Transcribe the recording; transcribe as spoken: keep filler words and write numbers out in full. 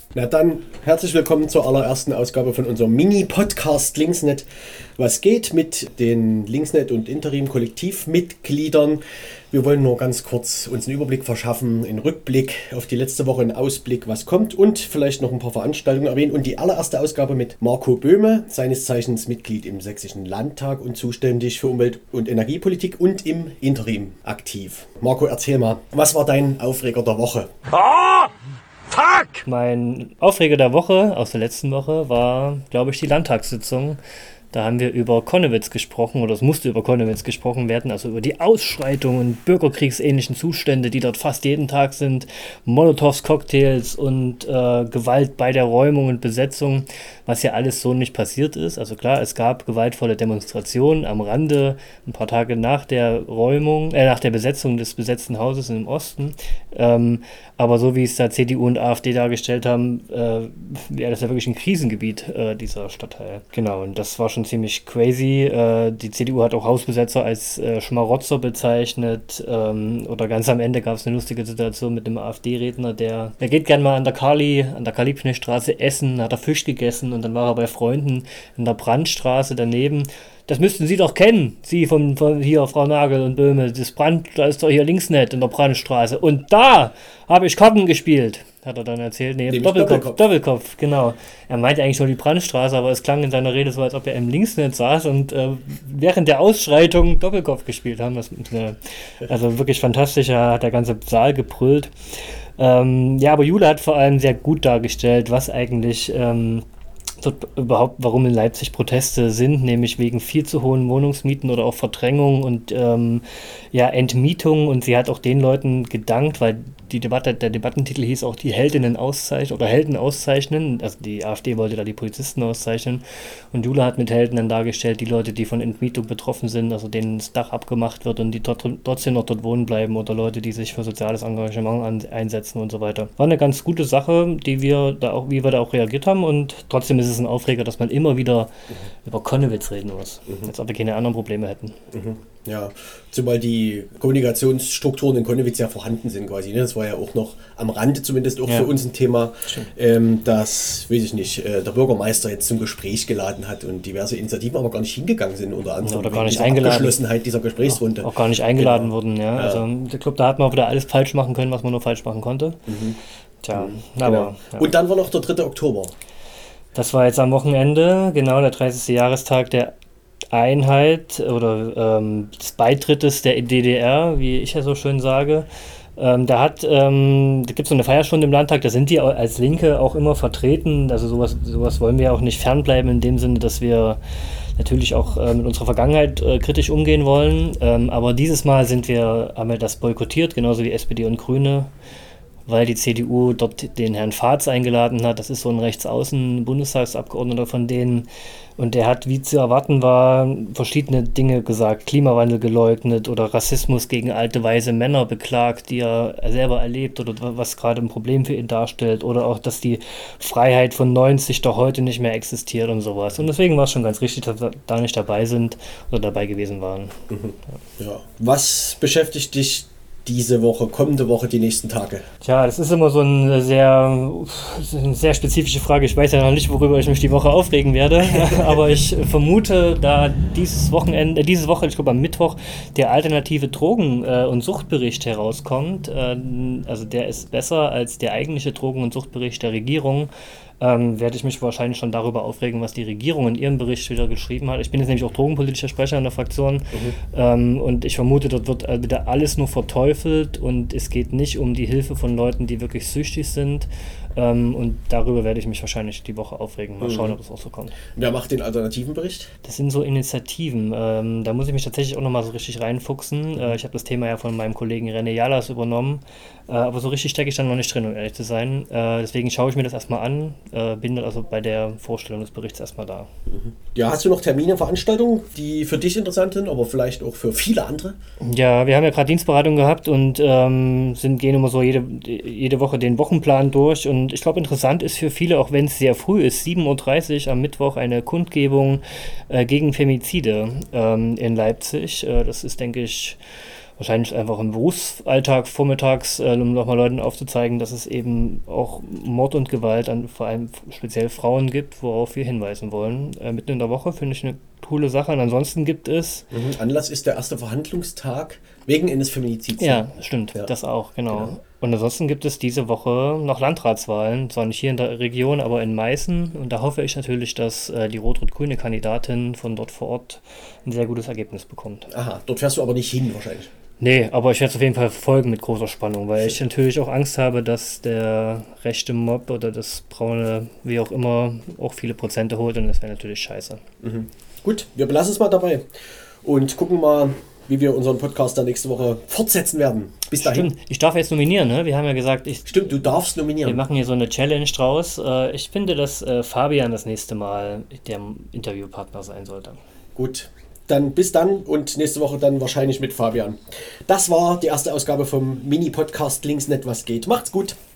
Na dann, herzlich willkommen zur allerersten Ausgabe von unserem Mini-Podcast Linksnet. Was geht mit den Linksnet- und Interim-Kollektivmitgliedern? Wir wollen nur ganz kurz uns einen Überblick verschaffen, einen Rückblick auf die letzte Woche, einen Ausblick, was kommt und vielleicht noch ein paar Veranstaltungen erwähnen. Und die allererste Ausgabe mit Marco Böhme, seines Zeichens Mitglied im Sächsischen Landtag und zuständig für Umwelt- und Energiepolitik und im Interim aktiv. Marco, erzähl mal, was war dein Aufreger der Woche? Oh! Fuck! Mein Aufreger der Woche aus der letzten Woche war, glaube ich, die Landtagssitzung. Da haben wir über Connewitz gesprochen, oder es musste über Connewitz gesprochen werden, also über die Ausschreitungen und bürgerkriegsähnlichen Zustände, die dort fast jeden Tag sind, Molotows, Cocktails und äh, Gewalt bei der Räumung und Besetzung, was ja alles so nicht passiert ist. Also klar, es gab gewaltvolle Demonstrationen am Rande, ein paar Tage nach der Räumung, äh, nach der Besetzung des besetzten Hauses im Osten. Ähm, aber so wie es da C D U und AfD dargestellt haben, äh, wäre das ja wirklich ein Krisengebiet, äh, dieser Stadtteil. Genau, und das war schon ziemlich crazy. Äh, die C D U hat auch Hausbesetzer als äh, Schmarotzer bezeichnet. Ähm, oder ganz am Ende gab es eine lustige Situation mit einem AfD-Redner, der, der geht gerne mal an der Kali, an der Karl-Liebknecht-Straße essen, hat er Fisch gegessen und dann war er bei Freunden in der Brandstraße daneben. Das müssten Sie doch kennen, Sie von, von hier, Frau Nagel und Böhme. Das Brand, da ist doch hier Linksnet in der Brandstraße. Und da habe ich Karten gespielt, hat er dann erzählt. Nee, Doppelkopf, Doppelkopf, Doppelkopf, genau. Er meinte eigentlich nur die Brandstraße, aber es klang in seiner Rede so, als ob er im Linksnet saß und äh, während der Ausschreitung Doppelkopf gespielt haben. Das, äh, also wirklich fantastisch, da hat der ganze Saal gebrüllt. Ähm, ja, aber Jule hat vor allem sehr gut dargestellt, was eigentlich... Ähm, dort überhaupt, warum in Leipzig Proteste sind, nämlich wegen viel zu hohen Wohnungsmieten oder auch Verdrängung und ähm, ja, Entmietung. Und sie hat auch den Leuten gedankt, weil die Debatte, der Debattentitel hieß auch die Heldinnen auszeichnen oder Helden auszeichnen. Also die AfD wollte da die Polizisten auszeichnen. Und Jule hat mit Helden dann dargestellt, die Leute, die von Entmietung betroffen sind, also denen das Dach abgemacht wird und die dort, trotzdem noch dort wohnen bleiben oder Leute, die sich für soziales Engagement an, einsetzen und so weiter. War eine ganz gute Sache, die wir da auch, wie wir da auch reagiert haben, und trotzdem ist es ein Aufreger, dass man immer wieder mhm. über Connewitz reden muss, mhm. als ob wir keine anderen Probleme hätten. Mhm. Ja, zumal die Kommunikationsstrukturen in Connewitz ja vorhanden sind quasi. Ne? Das war ja auch noch am Rande zumindest auch ja. für uns ein Thema, ähm, dass, weiß ich nicht, äh, der Bürgermeister jetzt zum Gespräch geladen hat und diverse Initiativen aber gar nicht hingegangen sind, unter anderem ja, oder gar nicht dieser eingeladen. Abgeschlossenheit dieser Gesprächsrunde. Auch, auch gar nicht eingeladen genau. wurden, ja. ja. Also ich glaube, da hat man wieder alles falsch machen können, was man nur falsch machen konnte. Mhm. Tja, mhm. aber... Genau. Ja. Und dann war noch der dritte Oktober. Das war jetzt am Wochenende, genau der dreißigste Jahrestag der Einheit oder ähm, des Beitrittes der D D R, wie ich ja so schön sage. Ähm, da hat, ähm, da gibt es so eine Feierstunde im Landtag, da sind die als Linke auch immer vertreten. Also sowas, sowas wollen wir ja auch nicht fernbleiben in dem Sinne, dass wir natürlich auch äh, mit unserer Vergangenheit äh, kritisch umgehen wollen. Ähm, aber dieses Mal sind wir, haben wir das boykottiert, genauso wie S P D und Grüne, weil die C D U dort den Herrn Fahrz eingeladen hat. Das ist so ein Rechtsaußen-Bundestagsabgeordneter von denen. Und der hat, wie zu erwarten war, verschiedene Dinge gesagt. Klimawandel geleugnet oder Rassismus gegen alte, weise Männer beklagt, die er selber erlebt oder was gerade ein Problem für ihn darstellt. Oder auch, dass die Freiheit von neunzig doch heute nicht mehr existiert und sowas. Und deswegen war es schon ganz richtig, dass wir da nicht dabei sind oder dabei gewesen waren. Mhm. Ja. Was beschäftigt dich diese Woche, kommende Woche, die nächsten Tage? Tja, das ist immer so eine sehr, eine sehr spezifische Frage. Ich weiß ja noch nicht, worüber ich mich die Woche aufregen werde, aber ich vermute, da dieses Wochenende, diese Woche, ich glaube am Mittwoch, der alternative Drogen- und Suchtbericht herauskommt. Also der ist besser als der eigentliche Drogen- und Suchtbericht der Regierung. Ähm, werde ich mich wahrscheinlich schon darüber aufregen, was die Regierung in ihrem Bericht wieder geschrieben hat. Ich bin jetzt nämlich auch drogenpolitischer Sprecher in der Fraktion mhm. ähm, und ich vermute, dort wird wieder alles nur verteufelt und es geht nicht um die Hilfe von Leuten, die wirklich süchtig sind. Ähm, und darüber werde ich mich wahrscheinlich die Woche aufregen. Mal schauen, mhm. ob es auch so kommt. Wer macht den alternativen Bericht? Das sind so Initiativen. Ähm, da muss ich mich tatsächlich auch nochmal so richtig reinfuchsen. Äh, ich habe das Thema ja von meinem Kollegen René Jalas übernommen. Äh, aber so richtig stecke ich dann noch nicht drin, um ehrlich zu sein. Äh, deswegen schaue ich mir das erstmal an. Äh, bin dann also bei der Vorstellung des Berichts erstmal da. Mhm. Ja, hast du noch Termine, Veranstaltungen, die für dich interessant sind, aber vielleicht auch für viele andere? Ja, wir haben ja gerade Dienstberatung gehabt und ähm, sind, gehen immer so jede, jede Woche den Wochenplan durch. Und ich glaube, interessant ist für viele, auch wenn es sehr früh ist, sieben Uhr dreißig am Mittwoch eine Kundgebung äh, gegen Femizide ähm, in Leipzig. Äh, das ist, denke ich, wahrscheinlich einfach im Berufsalltag vormittags, äh, um nochmal Leuten aufzuzeigen, dass es eben auch Mord und Gewalt an vor allem speziell Frauen gibt, worauf wir hinweisen wollen. Äh, mitten in der Woche finde ich eine coole Sache. Und ansonsten gibt es... Mhm. Anlass ist der erste Verhandlungstag wegen eines Feminizids. Ja, stimmt, ja. Das auch, genau. genau. Und ansonsten gibt es diese Woche noch Landratswahlen, zwar nicht hier in der Region, aber in Meißen. Und da hoffe ich natürlich, dass äh, die rot-rot-grüne Kandidatin von dort vor Ort ein sehr gutes Ergebnis bekommt. Aha, dort fährst du aber nicht hin wahrscheinlich. Nee, aber ich werde es auf jeden Fall verfolgen mit großer Spannung, weil ich natürlich auch Angst habe, dass der rechte Mob oder das braune, wie auch immer, auch viele Prozente holt und das wäre natürlich scheiße. Mhm. Gut, wir belassen es mal dabei und gucken mal, wie wir unseren Podcast dann nächste Woche fortsetzen werden. Bis dahin. Stimmt, ich darf jetzt nominieren, ne? Wir haben ja gesagt, ich... Stimmt, du darfst nominieren. Wir machen hier so eine Challenge draus. Ich finde, dass Fabian das nächste Mal der Interviewpartner sein sollte. Gut. Dann bis dann und nächste Woche dann wahrscheinlich mit Fabian. Das war die erste Ausgabe vom Mini-Podcast Linksnet was geht. Macht's gut.